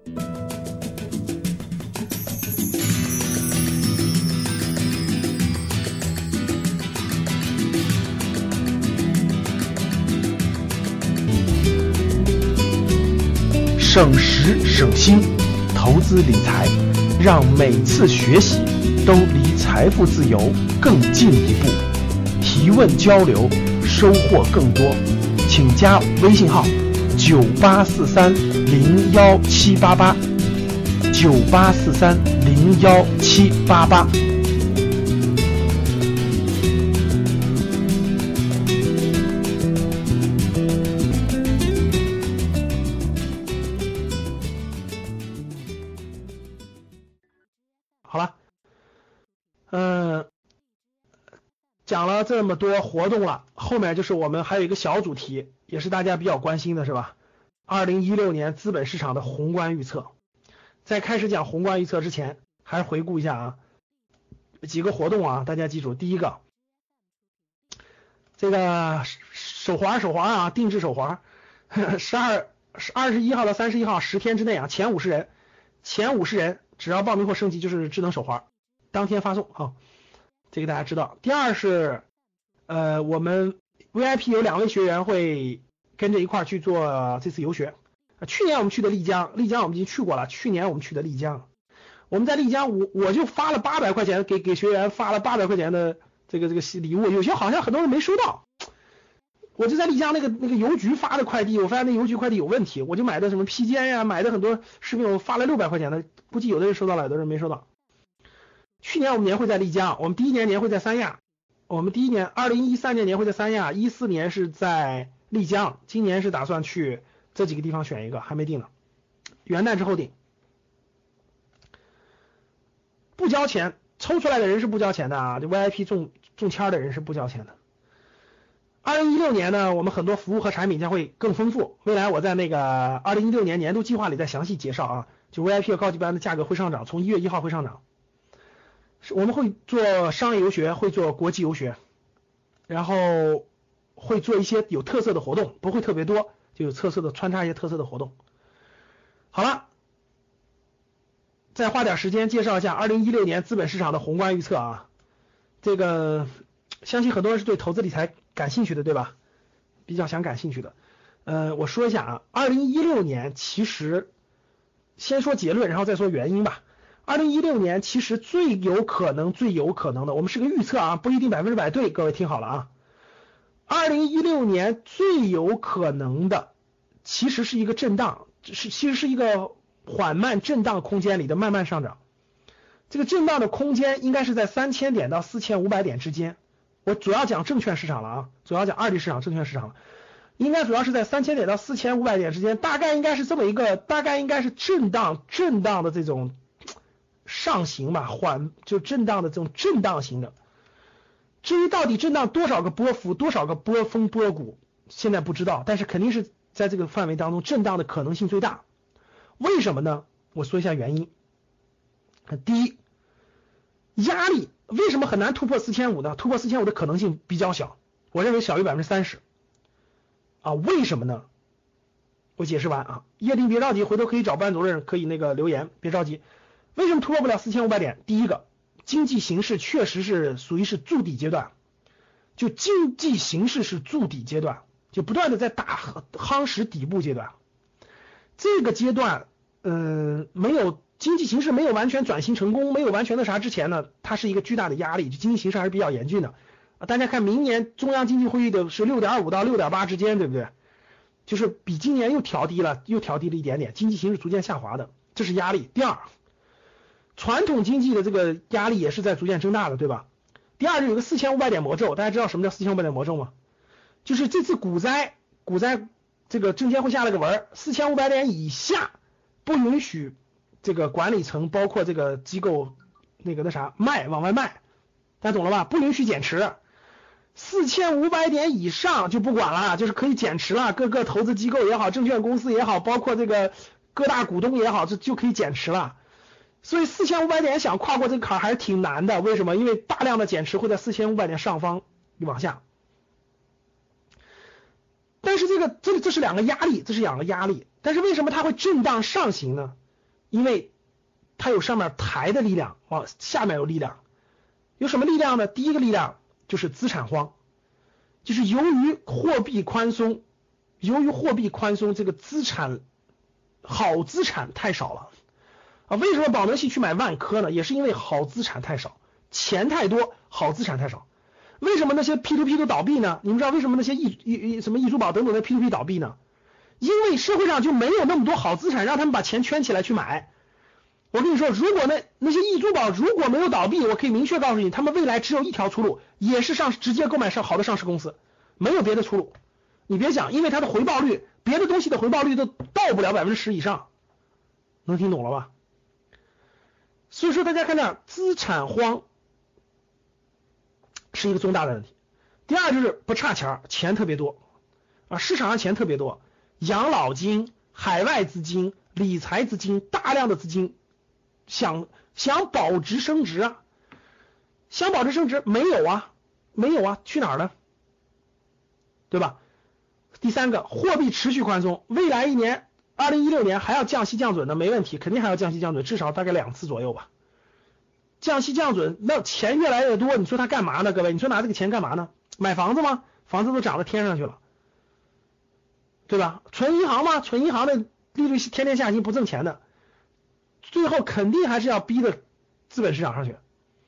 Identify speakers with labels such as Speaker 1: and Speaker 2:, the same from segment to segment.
Speaker 1: 省时省心，投资理财，让每次学习都离财富自由更进一步。提问交流，收获更多，请加微信号9843-01788，9843-01788。好了，讲了这么多活动了，后面就是我们还有一个小主题，也是大家比较关心的，是吧？2016年资本市场的宏观预测。在开始讲宏观预测之前，还是回顾一下啊，几个活动啊，大家记住。第一个，这个手环啊，定制手环，21号到31号10天之内啊，前50人只要报名或升级就是智能手环，当天发送啊，这个大家知道。第二是我们 VIP 有2位学员会跟着一块去做这次游学。去年我们去的丽江我们已经去过了，去年我们去的丽江，我们在丽江我就发了800块钱给学员发了800块钱的这个礼物，有些好像很多人没收到。我就在丽江那个邮局发的快递，我发现那邮局快递有问题，我就买的什么披肩呀，买的很多饰品，我发了600块钱的，估计有的人收到了，有的人没收到。去年我们年会在丽江，我们第一年年会在三亚，我们第一年2013年年会在三亚，14年是在丽江，今年是打算去这几个地方选一个，还没定呢，元旦之后定。不交钱，抽出来的人是不交钱的啊，就 VIP 中签的人是不交钱的。2016年呢，我们很多服务和产品将会更丰富，未来我在那个2016年年度计划里再详细介绍啊，就 VIP 和高级班的价格会上涨，从1月1号会上涨。我们会做商业游学，会做国际游学，然后会做一些有特色的活动，不会特别多，就有特色的穿插一些特色的活动。好了，再花点时间介绍一下2016年资本市场的宏观预测啊。这个相信很多人是对投资理财感兴趣的，对吧？比较感兴趣的。我说一下啊，2016年其实先说结论，然后再说原因吧。2016年其实最有可能的，我们是个预测啊，不一定100%对，各位听好了啊。2016年最有可能的其实是一个震荡，其实是一个缓慢震荡空间里的慢慢上涨。这个震荡的空间应该是在3000点到4500点之间。我主要讲证券市场了啊，主要讲二级市场证券市场了，应该主要是在3000点到4500点之间，大概应该是这么一个，大概应该是震荡的这种上行吧，就震荡的这种震荡型的。至于到底震荡多少个波幅，多少个波峰波谷，现在不知道，但是肯定是在这个范围当中震荡的可能性最大。为什么呢？我说一下原因。第一，压力为什么很难突破4500呢？突破4500的可能性比较小，我认为小于30%啊。为什么呢？我解释完啊，叶丁别着急，回头可以找班主任，可以那个留言，别着急。为什么突破不了4500点？第一个，经济形势确实是属于是筑底阶段，就经济形势是筑底阶段，就不断的在打夯实底部阶段。这个阶段没有经济形势没有完全转型成功，没有完全的啥之前呢，它是一个巨大的压力，就经济形势还是比较严峻的。大家看明年中央经济会议的是 6.5 到 6.8 之间，对不对？就是比今年又调低了一点点，经济形势逐渐下滑的，这是压力。第二，传统经济的这个压力也是在逐渐增大的，对吧？第二，就有个4500点魔咒，大家知道什么叫4500点魔咒吗？就是这次股灾这个证监会下了个文，4500点以下不允许这个管理层包括这个机构往外卖，大家懂了吧？不允许减持。4500点以上就不管了，就是可以减持了，各个投资机构也好，证券公司也好，包括这个各大股东也好，这就可以减持了。所以4500点想跨过这个坎还是挺难的，为什么？因为大量的减持会在4500点上方往下。但是这是两个压力，但是为什么它会震荡上行呢？ 因为它有上面抬的力量，往下面有力量。有什么力量呢？第一个力量就是资产荒，就是由于货币宽松，这个好资产太少了啊。为什么宝能系去买万科呢？也是因为好资产太少，钱太多，好资产太少。为什么那些 P2P 都倒闭呢？你们知道为什么那些什么易租宝等等的 P2P 倒闭呢？因为社会上就没有那么多好资产让他们把钱圈起来去买。我跟你说，如果那些易租宝如果没有倒闭，我可以明确告诉你，他们未来只有一条出路，也是直接购买好的上市公司，没有别的出路。你别想，因为它的回报率，别的东西的回报率都到不了10%以上，能听懂了吧？所以说大家看这儿，资产荒是一个重大的问题。第二就是不差钱特别多啊，市场上钱特别多，养老金、海外资金、理财资金，大量的资金想保值升值啊，想保值升值没有啊，去哪儿了？对吧？第三个，货币持续宽松，未来一年2016年还要降息降准的，没问题，肯定还要降息降准，至少大概2次左右吧。降息降准，那钱越来越多，你说他干嘛呢？各位，你说拿这个钱干嘛呢？买房子吗？房子都涨到天上去了，对吧？存银行吗？存银行的利率天天下行，不挣钱的，最后肯定还是要逼的资本市场上去。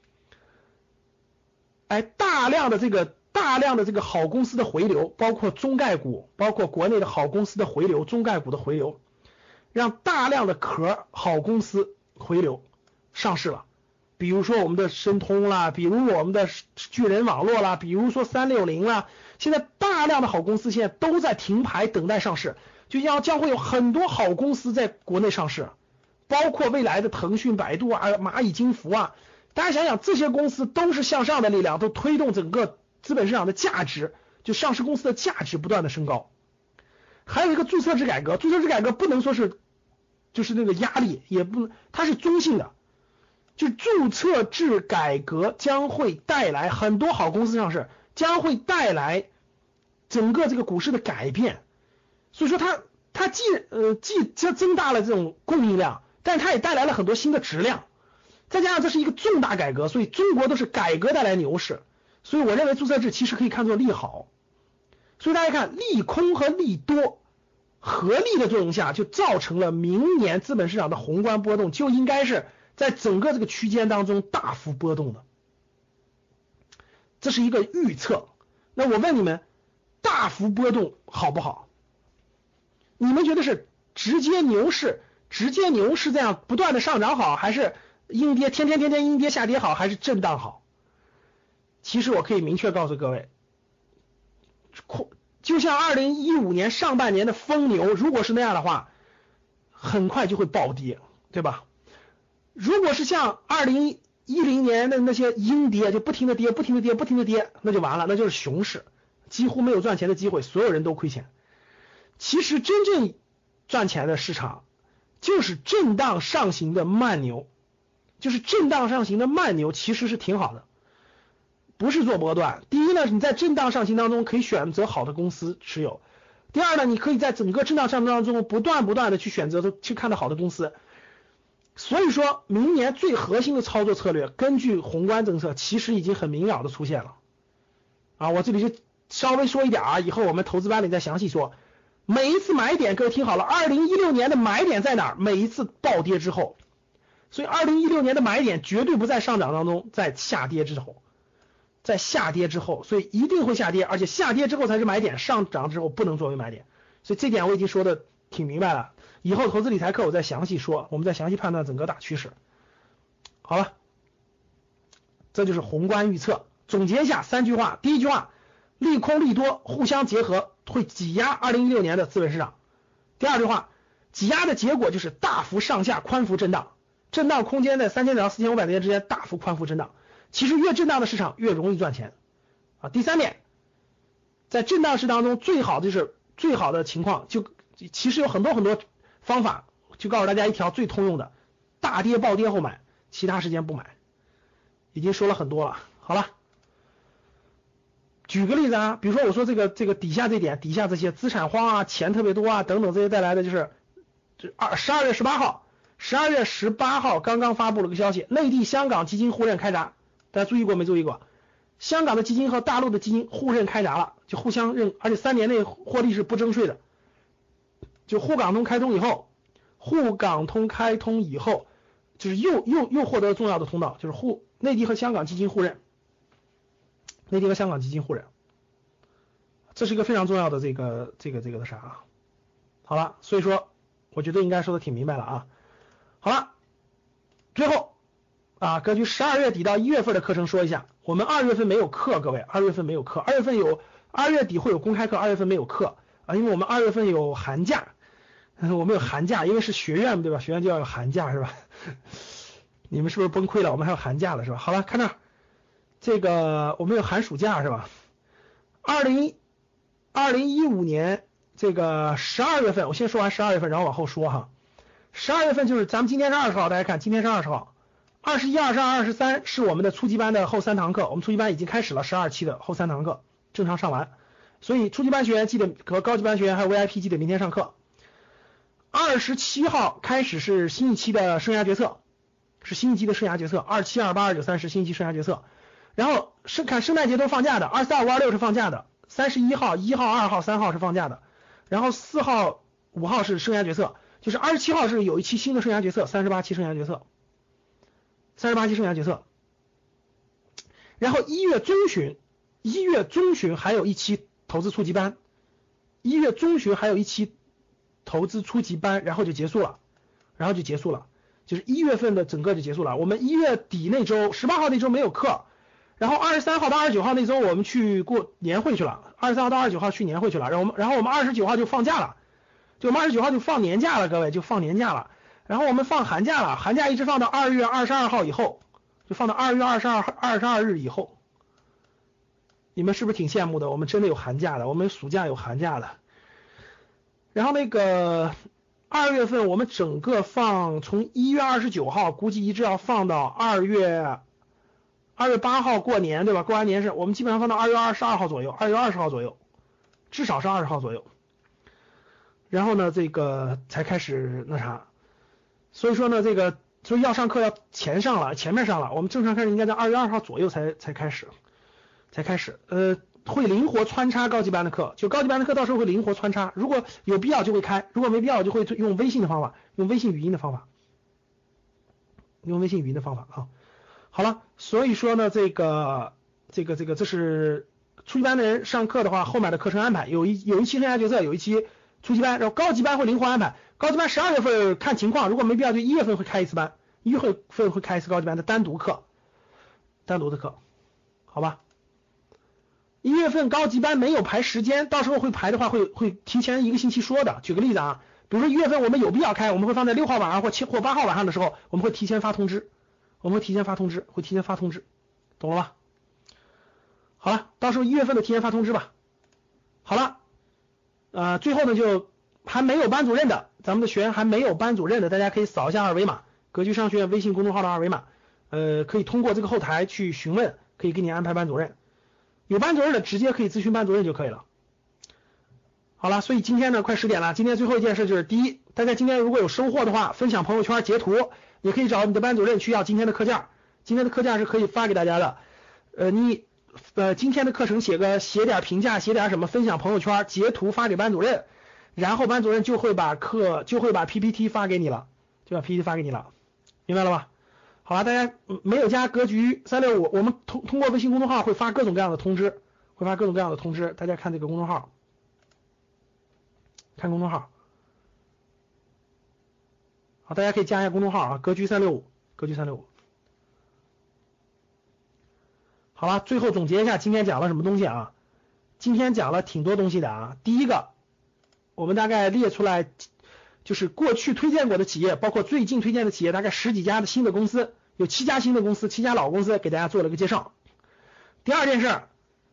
Speaker 1: 哎，大量的这个好公司的回流，包括中概股，包括国内的好公司的回流，中概股的回流，让大量的壳好公司回流上市了。比如说我们的申通啦，比如我们的巨人网络啦，比如说360啦，现在大量的好公司现在都在停牌等待上市，将会有很多好公司在国内上市，包括未来的腾讯、百度啊、蚂蚁金服啊。大家想想，这些公司都是向上的力量，都推动整个资本市场的价值，就上市公司的价值不断的升高。还有一个注册制改革，注册制改革不能说是就是那个压力，也不能，它是中性的。就注册制改革将会带来很多好公司上市，将会带来整个这个股市的改变。所以说它既增大了这种供应量，但它也带来了很多新的质量。再加上这是一个重大改革，所以中国都是改革带来牛市，所以我认为注册制其实可以看作利好。所以大家看，利空和利多合力的作用下，就造成了明年资本市场的宏观波动就应该是在整个这个区间当中大幅波动的，这是一个预测。那我问你们，大幅波动好不好？你们觉得是直接牛市这样不断的上涨好，还是阴跌天天阴跌下跌好，还是震荡好？其实我可以明确告诉各位，就像2015年上半年的疯牛，如果是那样的话，很快就会暴跌，对吧？如果是像2010年的那些阴跌，就不停的跌，那就完了，那就是熊市，几乎没有赚钱的机会，所有人都亏钱。其实真正赚钱的市场就是震荡上行的慢牛，其实是挺好的，不是做波段。第一呢，你在震荡上行当中可以选择好的公司持有；第二呢，你可以在整个震荡上行当中不断的去选择去看到好的公司。所以说明年最核心的操作策略，根据宏观政策其实已经很明了的出现了啊。我这里就稍微说一点啊，以后我们投资班里再详细说。每一次买点，各位听好了，2016年的买点在哪儿？每一次暴跌之后。所以2016年的买点绝对不在上涨当中，在下跌之后，所以一定会下跌，而且下跌之后才是买点，上涨之后不能作为买点。所以这点我已经说的挺明白了，以后投资理财课我再详细说，我们再详细判断整个大趋势。好了，这就是宏观预测。总结一下3句话，第一句话，利空利多互相结合会挤压2016年的资本市场。第二句话，挤压的结果就是大幅上下宽幅震荡，震荡空间在3000点到4500点之间大幅宽幅震荡，其实越震荡的市场越容易赚钱啊。第三点，在震荡市当中最好的情况，就其实有很多方法，就告诉大家一条最通用的，大跌暴跌后买，其他时间不买。已经说了很多了，好了，举个例子啊，比如说我说这个底下这点，底下这些资产荒啊，钱特别多啊等等，这些带来的就是12月18号 12月18号刚刚发布了个消息，内地香港基金互认开闸，大家注意过没注意过？香港的基金和大陆的基金互认开闸了，就互相认，而且3年内获利是不征税的。就沪港通开通以后，就是又获得重要的通道，就是内地和香港基金互认，这是一个非常重要的这个的啥啊？好了，所以说我觉得应该说的挺明白了啊。好了，最后啊，根据12月底到1月份的课程说一下，我们2月份没有课，各位，2月份没有课，2月底会有公开课，2月份没有课啊，因为我们2月份有寒假。我们有寒假，因为是学院对吧？学院就要有寒假是吧？你们是不是崩溃了？我们还有寒假了是吧？好了，看这儿，这个我们有寒暑假是吧？2015年这个12月份，我先说完12月份，然后往后说哈。12月份就是咱们今天是20号，大家看今天是20号，21、22、23是我们的初级班的后3堂课，我们初级班已经开始了12期的后3堂课，正常上完。所以初级班学员记得和高级班学员还有 VIP 记得明天上课。27号开始是新一期的生涯决策，27、28、29、30新一期生涯决策。然后看圣诞节都放假的，24号、5号、6是放假的，31号、1号、2号、3号是放假的，然后4号、5号是生涯决策，就是27号是有一期新的生涯决策，38期生涯决策，然后1月中旬还有一期投资初级班，然后就结束了，就是1月份的整个就结束了。我们1月底那周18号那周没有课，然后23号到29号那周我们去过年会去了，23号到29号去年会去了，然后我们29号就放假了，就我们29号就放年假了，各位就放年假了，然后我们放寒假了，寒假一直放到2月22号以后，就放到2月22日以后。你们是不是挺羡慕的？我们真的有寒假的，我们暑假有寒假的。然后那个2月份我们整个放从1月29号估计一直要放到2月8号过年对吧？过完年是我们基本上放到2月22号左右，2月20号左右，至少是20号左右。然后呢这个才开始那啥，所以说呢所以要上课要前面上了，我们正常开始应该在2月2号左右才开始。会灵活穿插高级班的课，就高级班的课到时候会灵活穿插，如果有必要就会开，如果没必要就会用微信的方法，用微信语音的方法啊。好了，所以说呢这是初级班的人上课的话，后面的课程安排有一期生涯决策，有一期初级班，然后高级班会灵活安排，高级班12月份看情况，如果没必要就1月份会开一次班，1月份会开一次高级班的单独的课，好吧？1月份高级班没有排时间，到时候会排的话会提前1个星期说的。举个例子啊，比如说1月份我们有必要开，我们会放在6号晚上或8号晚上的时候，我们会提前发通知，懂了吧？好了，到时候1月份的提前发通知吧。好了，最后呢就还没有班主任的，咱们的学员还没有班主任的，大家可以扫一下二维码，格局商学院微信公众号的二维码，可以通过这个后台去询问，可以给你安排班主任。有班主任的直接可以咨询班主任就可以了。好了，所以今天呢快10点了，今天最后一件事就是第一，大家今天如果有收获的话，分享朋友圈截图，也可以找你的班主任去要今天的课件，今天的课件是可以发给大家的。今天的课程写点评价，写点什么，分享朋友圈截图发给班主任，然后班主任就会把 PPT 发给你了，明白了吧？好了，大家没有加格局365，我们通过微信公众号会发各种各样的通知，大家看这个公众号，好，大家可以加一下公众号啊，格局365。好了，最后总结一下今天讲了什么东西啊？今天讲了挺多东西的啊。第一个，我们大概列出来就是过去推荐过的企业，包括最近推荐的企业，大概10几家的新的公司，有7家新的公司，7家老公司，给大家做了个介绍。第二件事，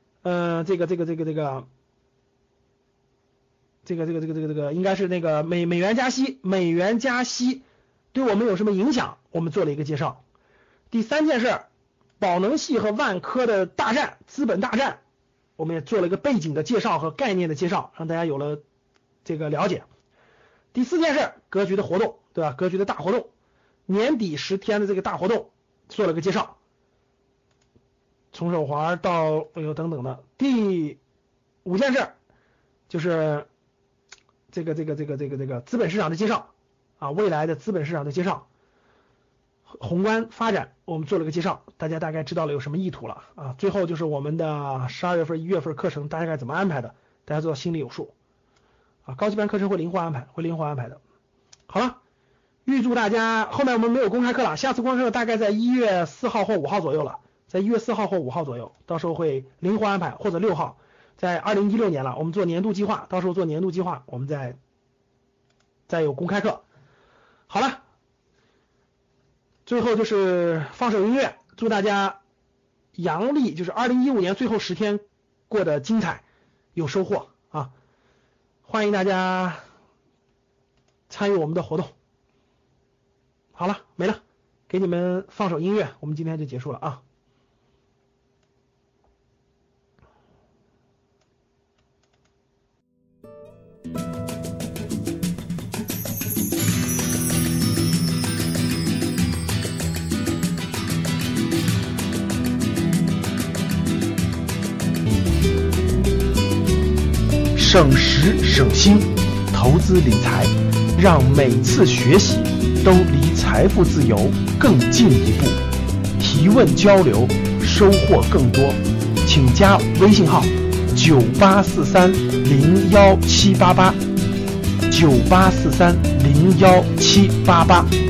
Speaker 1: 应该是那个美元加息对我们有什么影响，我们做了一个介绍。第三件事，宝能系和万科的大战，资本大战，我们也做了一个背景的介绍和概念的介绍，让大家有了这个了解。第四件事，格局的活动， 对吧？格局的大活动，年底10天的这个大活动做了个介绍，从手环到等等的。第5件事就是这个资本市场的介绍啊，未来的资本市场的介绍，宏观发展我们做了个介绍，大家大概知道了有什么意图了啊。最后就是我们的12月份、1月份课程大概怎么安排的，大家做到心里有数啊。高级班课程会灵活安排的。好了，预祝大家，后面我们没有公开课了，下次公开课大概在1月4号或5号左右了，在1月4号或5号左右，到时候会灵活安排，或者6号，在2016年了，我们做年度计划，到时候做年度计划，我们再有公开课。好了，最后就是放首音乐，祝大家阳历就是2015年最后10天过得精彩，有收获啊！欢迎大家参与我们的活动。好了，没了，给你们放首音乐，我们今天就结束了啊。
Speaker 2: 省时省心，投资理财，让每次学习都离财富自由更进一步。提问交流，收获更多，请加微信号9843011788，9843011788。